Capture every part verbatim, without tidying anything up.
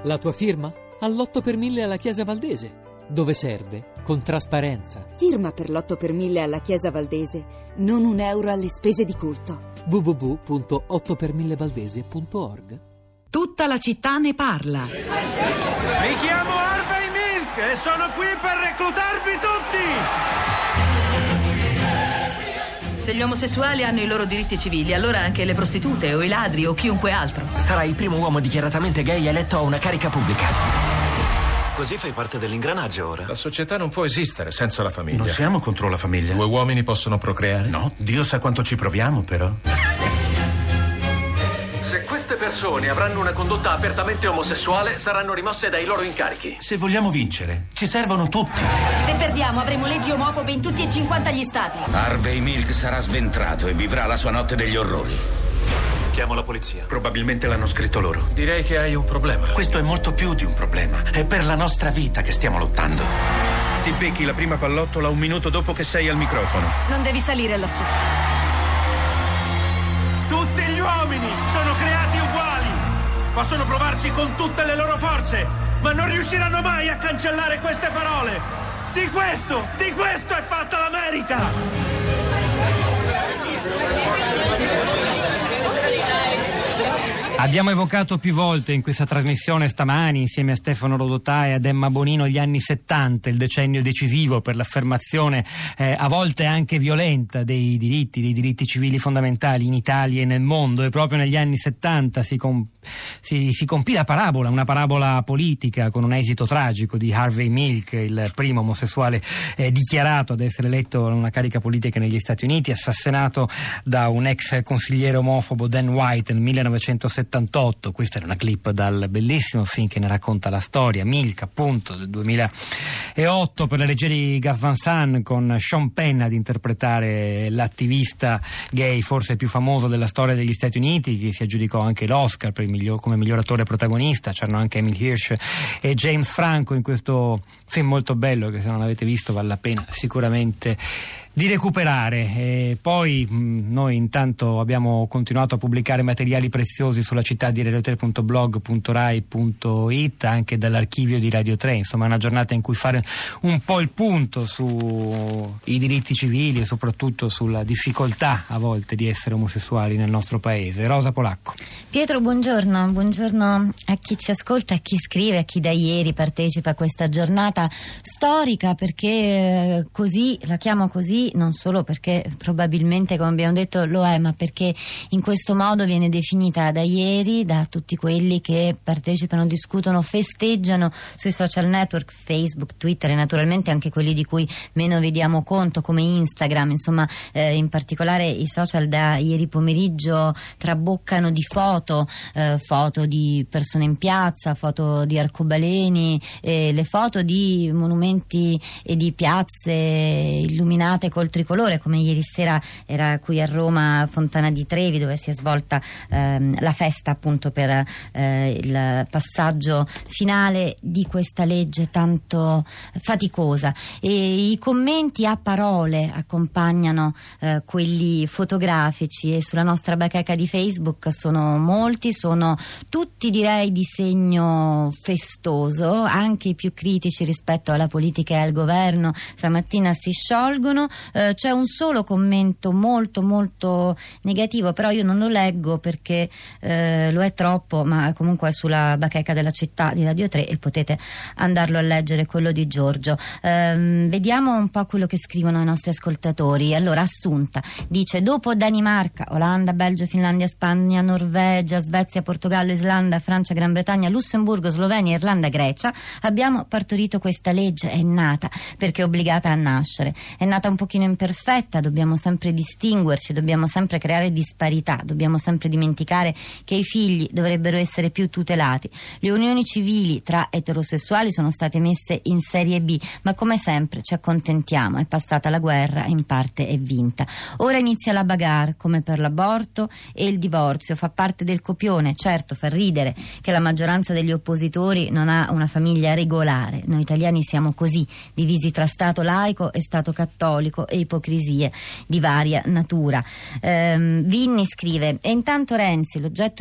La tua firma? All'otto per mille alla Chiesa Valdese, dove serve con trasparenza. Firma per l'otto per mille alla Chiesa Valdese, non un euro alle spese di culto. w w w punto otto per mille valdese punto org. Tutta la città ne parla. Mi chiamo Harvey Milk e sono qui per reclutarvi tutti! Se gli omosessuali hanno i loro diritti civili, allora anche le prostitute o i ladri o chiunque altro. Sarai il primo uomo dichiaratamente gay eletto a una carica pubblica. Così fai parte dell'ingranaggio ora. La società non può esistere senza la famiglia. Non siamo contro la famiglia. Due uomini possono procreare? No, Dio sa quanto ci proviamo, però. Se queste persone avranno una condotta apertamente omosessuale, saranno rimosse dai loro incarichi. Se vogliamo vincere, ci servono tutti. Se perdiamo, avremo leggi omofobe in tutti e cinquanta gli stati. Harvey Milk sarà sventrato e vivrà la sua notte degli orrori. Chiamo la polizia. Probabilmente l'hanno scritto loro. Direi che hai un problema. Questo è molto più di un problema. È per la nostra vita che stiamo lottando. Ti becchi la prima pallottola un minuto dopo che sei al microfono. Non devi salire lassù. Tutti gli uomini sono creati uguali. Possono provarci con tutte le loro forze, ma non riusciranno mai a cancellare queste parole. Di questo, di questo è fatta l'America. Abbiamo evocato più volte in questa trasmissione stamani, insieme a Stefano Rodotà e ad Emma Bonino, gli anni settanta, il decennio decisivo per l'affermazione eh, a volte anche violenta dei diritti, dei diritti civili fondamentali in Italia e nel mondo. E proprio negli anni settanta si, com- si, si compì la parabola, una parabola politica con un esito tragico di Harvey Milk, il primo omosessuale eh, dichiarato ad essere eletto a una carica politica negli Stati Uniti, assassinato da un ex consigliere omofobo, Dan White, nel millenovecentosettantotto. Questa era una clip dal bellissimo film che ne racconta la storia, Milk, appunto, del duemilaotto, per la regia di Gus Van Sant, con Sean Penn ad interpretare l'attivista gay forse più famoso della storia degli Stati Uniti, che si aggiudicò anche l'Oscar per il miglior, come miglior attore protagonista. C'erano anche Emil Hirsch e James Franco in questo film molto bello che, se non l'avete visto, vale la pena sicuramente di recuperare. E poi mh, noi intanto abbiamo continuato a pubblicare materiali preziosi sulla città di radio tre punto blog punto rai punto it, anche dall'archivio di Radio tre. Insomma, è una giornata in cui fare un po' il punto sui diritti civili e soprattutto sulla difficoltà a volte di essere omosessuali nel nostro paese. Rosa Polacco. Pietro, buongiorno. Buongiorno a chi ci ascolta, a chi scrive, a chi da ieri partecipa a questa giornata storica, perché eh, così, la chiamo così non solo perché probabilmente, come abbiamo detto, lo è, ma perché in questo modo viene definita da ieri da tutti quelli che partecipano, discutono, festeggiano sui social network, Facebook, Twitter e naturalmente anche quelli di cui meno vediamo conto, come Instagram. Insomma, eh, in particolare i social da ieri pomeriggio traboccano di foto, eh, foto di persone in piazza, foto di arcobaleni, eh, le foto di monumenti e di piazze illuminate col tricolore, come ieri sera era qui a Roma Fontana di Trevi, dove si è svolta ehm, la festa appunto per eh, il passaggio finale di questa legge tanto faticosa. E i commenti a parole accompagnano eh, quelli fotografici, e sulla nostra bacheca di Facebook sono molti, sono tutti, direi, di segno festoso, anche i più critici rispetto alla politica e al governo stamattina si sciolgono. Uh, c'è un solo commento molto molto negativo, però io non lo leggo perché uh, lo è troppo, ma comunque è sulla bacheca della città di Radio tre e potete andarlo a leggere, quello di Giorgio. Uh, vediamo un po' quello che scrivono i nostri ascoltatori. Allora, Assunta dice: dopo Danimarca, Olanda, Belgio, Finlandia, Spagna, Norvegia, Svezia, Portogallo, Islanda, Francia, Gran Bretagna, Lussemburgo, Slovenia, Irlanda, Grecia, abbiamo partorito questa legge. È nata perché è obbligata a nascere, è nata un pochino imperfetta, dobbiamo sempre distinguerci, dobbiamo sempre creare disparità, dobbiamo sempre dimenticare che i figli dovrebbero essere più tutelati. Le unioni civili tra eterosessuali sono state messe in serie B, ma come sempre ci accontentiamo, è passata la guerra, in parte è vinta. Ora inizia la bagarre, come per l'aborto e il divorzio, fa parte del copione. Certo, fa ridere che la maggioranza degli oppositori non ha una famiglia regolare. Noi italiani siamo così, divisi tra Stato laico e Stato cattolico e ipocrisie di varia natura. Ehm, Vinni scrive: e intanto Renzi, l'oggetto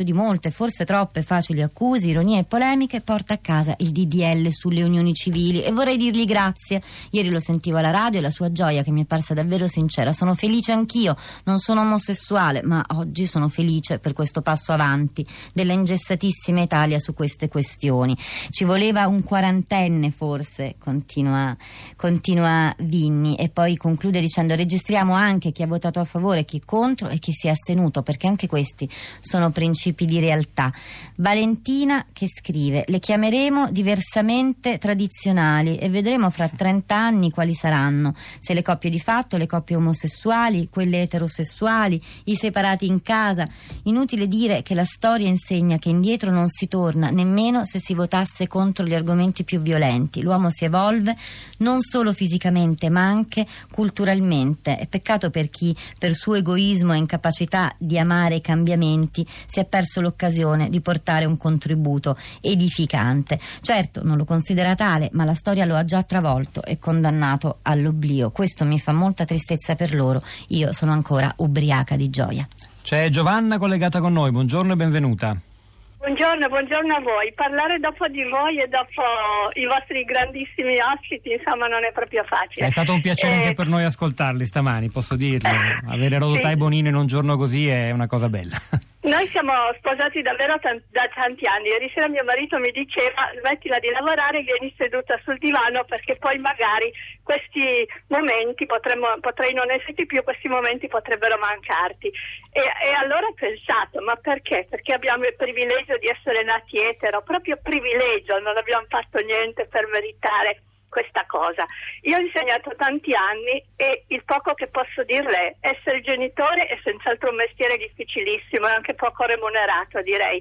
di molte, forse troppe facili accuse, ironie e polemiche, porta a casa il D D L sulle unioni civili e vorrei dirgli grazie. Ieri lo sentivo alla radio e la sua gioia che mi è parsa davvero sincera. Sono felice anch'io, non sono omosessuale, ma oggi sono felice per questo passo avanti della ingessatissima Italia su queste questioni. Ci voleva un quarantenne forse, continua, continua Vinni, e poi conclude dicendo: registriamo anche chi ha votato a favore, chi contro e chi si è astenuto, perché anche questi sono principi di realtà. Valentina che scrive: le chiameremo diversamente tradizionali e vedremo fra trenta anni quali saranno, se le coppie di fatto, le coppie omosessuali, quelle eterosessuali, i separati in casa. Inutile dire che la storia insegna che indietro non si torna nemmeno se si votasse contro gli argomenti più violenti. L'uomo si evolve non solo fisicamente ma anche culturalmente. È peccato per chi, per suo egoismo e incapacità di amare i cambiamenti, si è perso l'occasione di portare un contributo edificante. Certo, non lo considera tale, ma la storia lo ha già travolto e condannato all'oblio. Questo mi fa molta tristezza per loro. Io sono ancora ubriaca di gioia. C'è Giovanna collegata con noi, buongiorno e benvenuta. Buongiorno, buongiorno a voi. Parlare dopo di voi e dopo i vostri grandissimi ospiti, insomma, non è proprio facile. È stato un piacere eh... anche per noi ascoltarli stamani, posso dirlo. Avere Rodotà sì. e Bonino in un giorno così è una cosa bella. Noi siamo sposati davvero t- da tanti anni. Ieri sera mio marito mi diceva: smettila di lavorare, vieni seduta sul divano, perché poi magari questi momenti potremmo, potrei non esserci più, questi momenti potrebbero mancarti. E, e allora ho pensato: ma perché? Perché abbiamo il privilegio di essere nati etero, proprio privilegio, non abbiamo fatto niente per meritare questa cosa. Io ho insegnato tanti anni e il poco che posso dirle è: essere genitore è senz'altro un mestiere difficilissimo e anche poco remunerato, direi,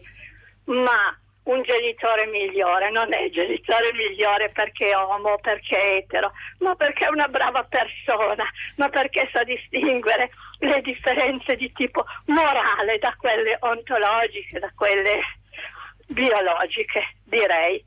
ma un genitore migliore non è il genitore migliore perché è omo, perché è etero, ma perché è una brava persona, ma perché sa distinguere le differenze di tipo morale da quelle ontologiche, da quelle biologiche, direi.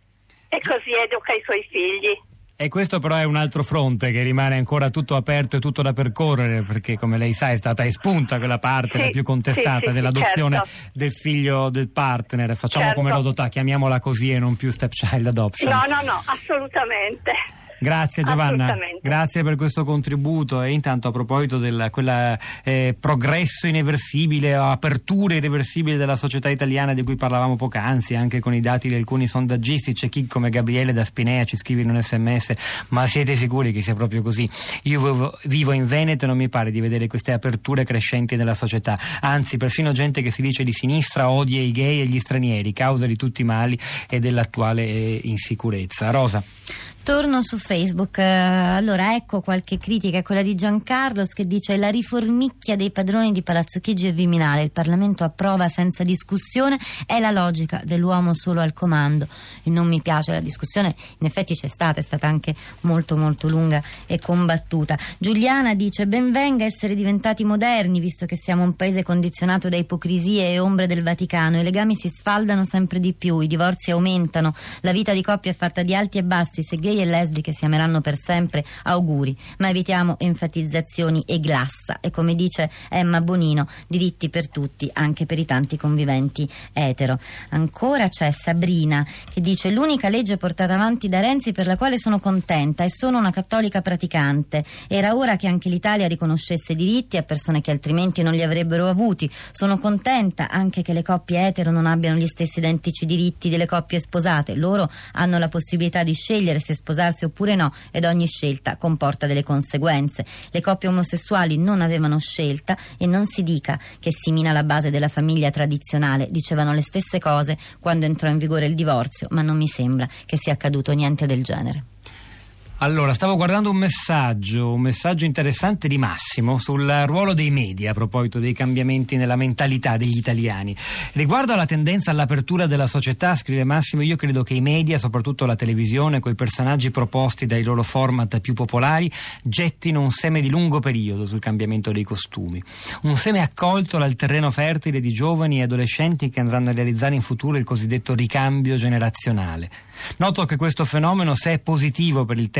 E così educa i suoi figli. E questo però è un altro fronte che rimane ancora tutto aperto e tutto da percorrere, perché come lei sa è stata espunta quella parte, sì, la più contestata, sì, sì, dell'adozione certo. del figlio del partner. Facciamo certo. come Rodotà, chiamiamola così e non più stepchild adoption. No, no, no, assolutamente. Grazie Giovanna, grazie per questo contributo. E intanto, a proposito del quella, eh, progresso irreversibile o apertura irreversibile della società italiana di cui parlavamo poc'anzi, anche con i dati di alcuni sondaggisti, c'è chi come Gabriele da Spinea ci scrive in un sms: ma siete sicuri che sia proprio così? Io vivo, vivo in Veneto e non mi pare di vedere queste aperture crescenti nella società, anzi perfino gente che si dice di sinistra odia i gay e gli stranieri, causa di tutti i mali e dell'attuale eh, insicurezza. Rosa. Torno su Facebook, allora ecco qualche critica, quella di Giancarlos che dice: la riformicchia dei padroni di Palazzo Chigi è viminale, il Parlamento approva senza discussione, è la logica dell'uomo solo al comando. E non mi piace la discussione, in effetti c'è stata, è stata anche molto molto lunga e combattuta. Giuliana dice: ben venga essere diventati moderni, visto che siamo un paese condizionato da ipocrisie e ombre del Vaticano, i legami si sfaldano sempre di più, i divorzi aumentano, la vita di coppia è fatta di alti e bassi, se gay e lesbiche si ameranno per sempre, auguri, ma evitiamo enfatizzazioni e glassa. E come dice Emma Bonino, diritti per tutti, anche per i tanti conviventi etero. Ancora c'è Sabrina che dice: l'unica legge portata avanti da Renzi per la quale sono contenta è sono una cattolica praticante, era ora che anche l'Italia riconoscesse diritti a persone che altrimenti non li avrebbero avuti. Sono contenta anche che le coppie etero non abbiano gli stessi identici diritti delle coppie sposate, loro hanno la possibilità di scegliere se sposarsi oppure no, ed ogni scelta comporta delle conseguenze. Le coppie omosessuali non avevano scelta e non si dica che si mina la base della famiglia tradizionale. Dicevano le stesse cose quando entrò in vigore il divorzio, ma non mi sembra che sia accaduto niente del genere. Allora, stavo guardando un messaggio, un messaggio interessante di Massimo sul ruolo dei media a proposito dei cambiamenti nella mentalità degli italiani. Riguardo alla tendenza all'apertura della società, scrive Massimo, io credo che i media, soprattutto la televisione, coi personaggi proposti dai loro format più popolari, gettino un seme di lungo periodo sul cambiamento dei costumi. Un seme accolto dal terreno fertile di giovani e adolescenti che andranno a realizzare in futuro il cosiddetto ricambio generazionale. Noto che questo fenomeno, se è positivo per il tema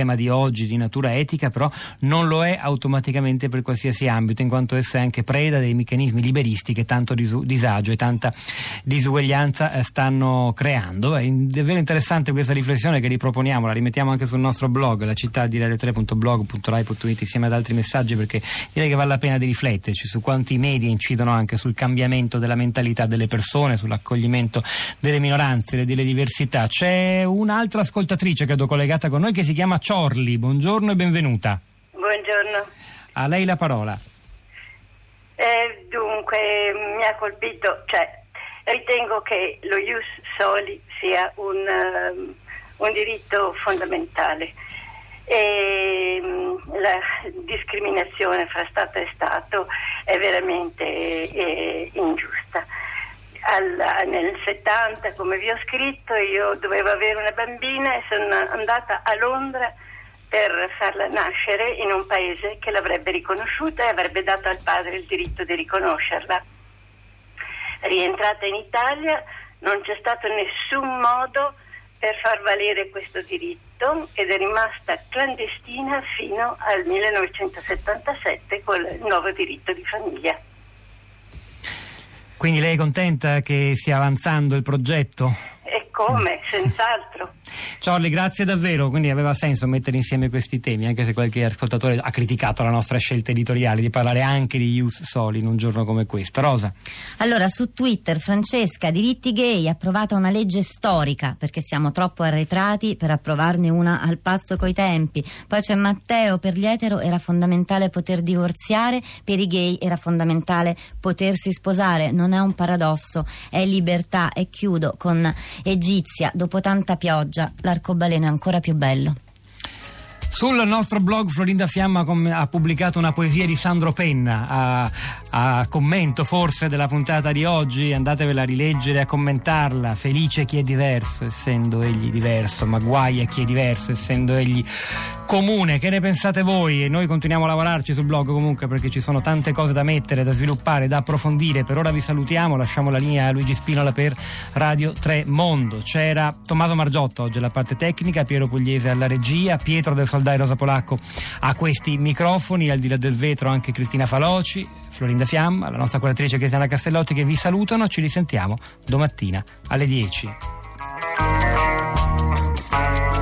tema di oggi di natura etica, però non lo è automaticamente per qualsiasi ambito, in quanto esso è anche preda dei meccanismi liberisti che tanto disu- disagio e tanta disuguaglianza eh, stanno creando. È davvero interessante questa riflessione che riproponiamo, la rimettiamo anche sul nostro blog, la città di radio tre punto blog punto rai punto it, insieme ad altri messaggi, perché direi che vale la pena di rifletterci su quanto i media incidono anche sul cambiamento della mentalità delle persone, sull'accoglimento delle minoranze, delle diversità. C'è un'altra ascoltatrice, credo, collegata con noi, che si chiama Ciorli. Buongiorno e benvenuta. Buongiorno. A lei la parola. Eh, dunque, mi ha colpito, cioè, ritengo che lo ius soli sia un, um, un diritto fondamentale. E la discriminazione fra Stato e Stato è veramente eh, ingiusta. Al, nel settanta, come vi ho scritto, io dovevo avere una bambina e sono andata a Londra per farla nascere in un paese che l'avrebbe riconosciuta e avrebbe dato al padre il diritto di riconoscerla. Rientrata in Italia non c'è stato nessun modo per far valere questo diritto ed è rimasta clandestina fino al millenovecentosettantasette con il nuovo diritto di famiglia. Quindi lei è contenta che stia avanzando il progetto? E come? Senz'altro. Ciorli, grazie davvero. Quindi aveva senso mettere insieme questi temi, anche se qualche ascoltatore ha criticato la nostra scelta editoriale di parlare anche di ius soli in un giorno come questo. Rosa. Allora, su Twitter, Francesca, diritti gay, approvata una legge storica perché siamo troppo arretrati per approvarne una al passo coi tempi. Poi c'è Matteo, per gli etero era fondamentale poter divorziare, per i gay era fondamentale potersi sposare. Non è un paradosso, è libertà. E chiudo con Egizia, dopo tanta pioggia l'arcobaleno è ancora più bello. Sul nostro blog Florinda Fiamma ha pubblicato una poesia di Sandro Penna a, a commento forse della puntata di oggi, andatevela a rileggere e a commentarla. Felice chi è diverso essendo egli diverso, ma guai a chi è diverso essendo egli comune. Che ne pensate voi? E noi continuiamo a lavorarci sul blog comunque, perché ci sono tante cose da mettere, da sviluppare, da approfondire. Per ora vi salutiamo, lasciamo la linea a Luigi Spinola per Radio tre Mondo. C'era Tommaso Margiotta oggi alla parte tecnica, Piero Pugliese alla regia, Pietro del Soldai Rosa Polacco a questi microfoni, al di là del vetro anche Cristina Faloci, Florinda Fiamma, la nostra curatrice Cristiana Castellotti, che vi salutano. Ci risentiamo domattina alle dieci.